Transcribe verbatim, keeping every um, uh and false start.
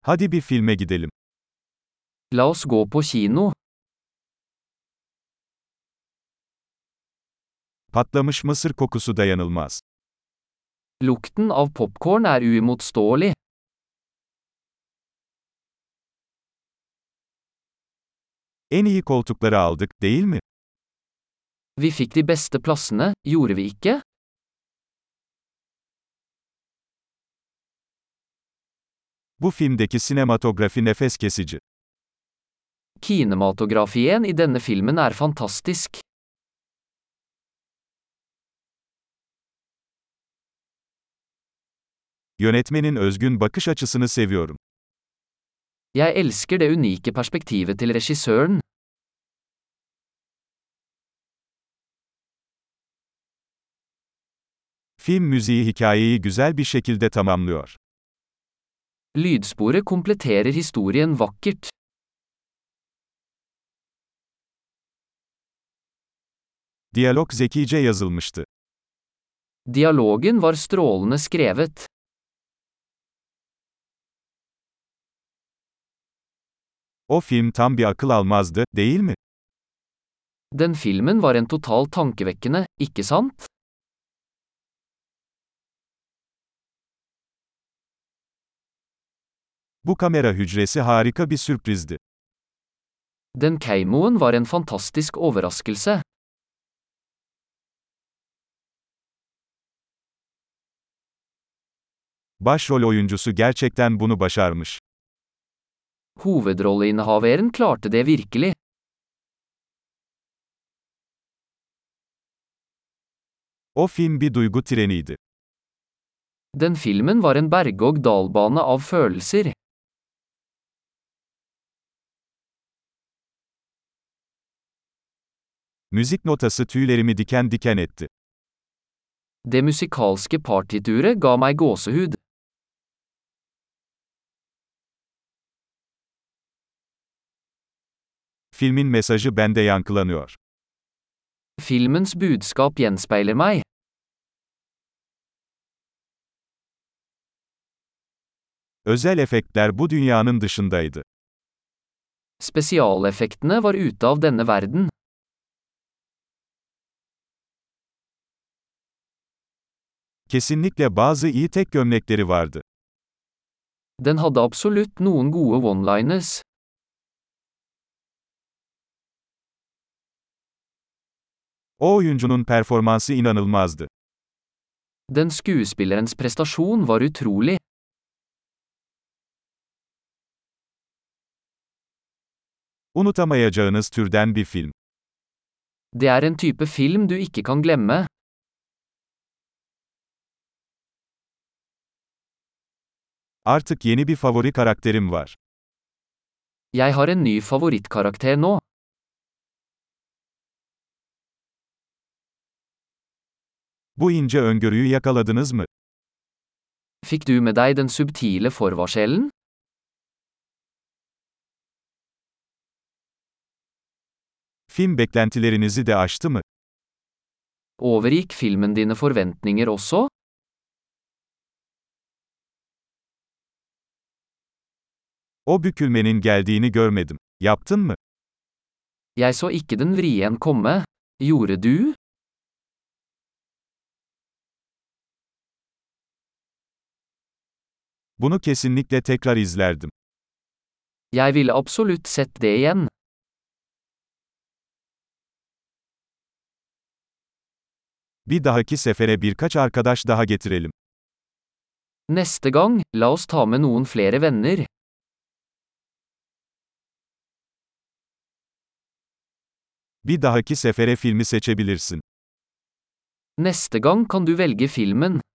Hadi bir filme gidelim. La oss gå på kino. Patlamış mısır kokusu dayanılmaz. Lukten av popcorn er uimotståelig. En iyi koltukları aldık, değil mi? Vi fikk de beste plassene, gjorde vi ikke? Bu filmdeki sinematografi nefes kesici. Kinematografien i denne filmen er fantastisk. Yönetmenin özgün bakış açısını seviyorum. Jeg elsker det unike perspektivet til regissøren. Film müziği hikayeyi güzel bir şekilde tamamlıyor. Lydsporet kompletterer historien vakkert. Diyalog zekice yazılmıştı. Dialogen var strålende skrevet. O film tam bir akıl almazdı, değil mi? Den filmen var en total tankevekkende, ikke sant? Bu kamera hücresi harika bir sürprizdi. Den keimoen var en fantastisk overraskelse. Başrol oyuncusu gerçekten bunu başarmış. Hovedrolleinnehaveren klarte det virkelig. O film bir duygu treniydi. Den filmen var en berg-og-dal-bane av følelser. Müzik notası tüylerimi diken diken etti. Det musikalske partituret ga meg gåsehud. Filmin mesajı bende yankılanıyor. Filmens budskap gjenspeiler meg. Özel efektler bu dünyanın dışındaydı. Spesialeffektene var ute av denne verden. Kesinlikle bazı iyi tek gömlekleri vardı. Den hadde absolutt noen gode one-liners. O oyuncunun performansı inanılmazdı. Den skuespillerens prestasjon var utrolig. Unutamayacağınız türden bir film. Det er en type film du ikke kan glemme. Artık yeni bir favori karakterim var. Jeg har en ny favorittkarakter nå. Bu ince öngörüyü yakaladınız mı? Fikk du med deg den subtile forvarselen? Film beklentilerinizi de aştı mı? Overgikk filmen dine forventninger også? O bükülmenin geldiğini görmedim. Yaptın mı? Jeg så ikke den vrien komme. Gjorde du? Bunu kesinlikle tekrar izlerdim. Jeg ville absolutt sett det igjen. Bir dahaki sefere birkaç arkadaş daha getirelim. Neste gang, la oss ta med noen flere venner. Bir dahaki sefere filmi seçebilirsin. Neste gang kan du velge filmen.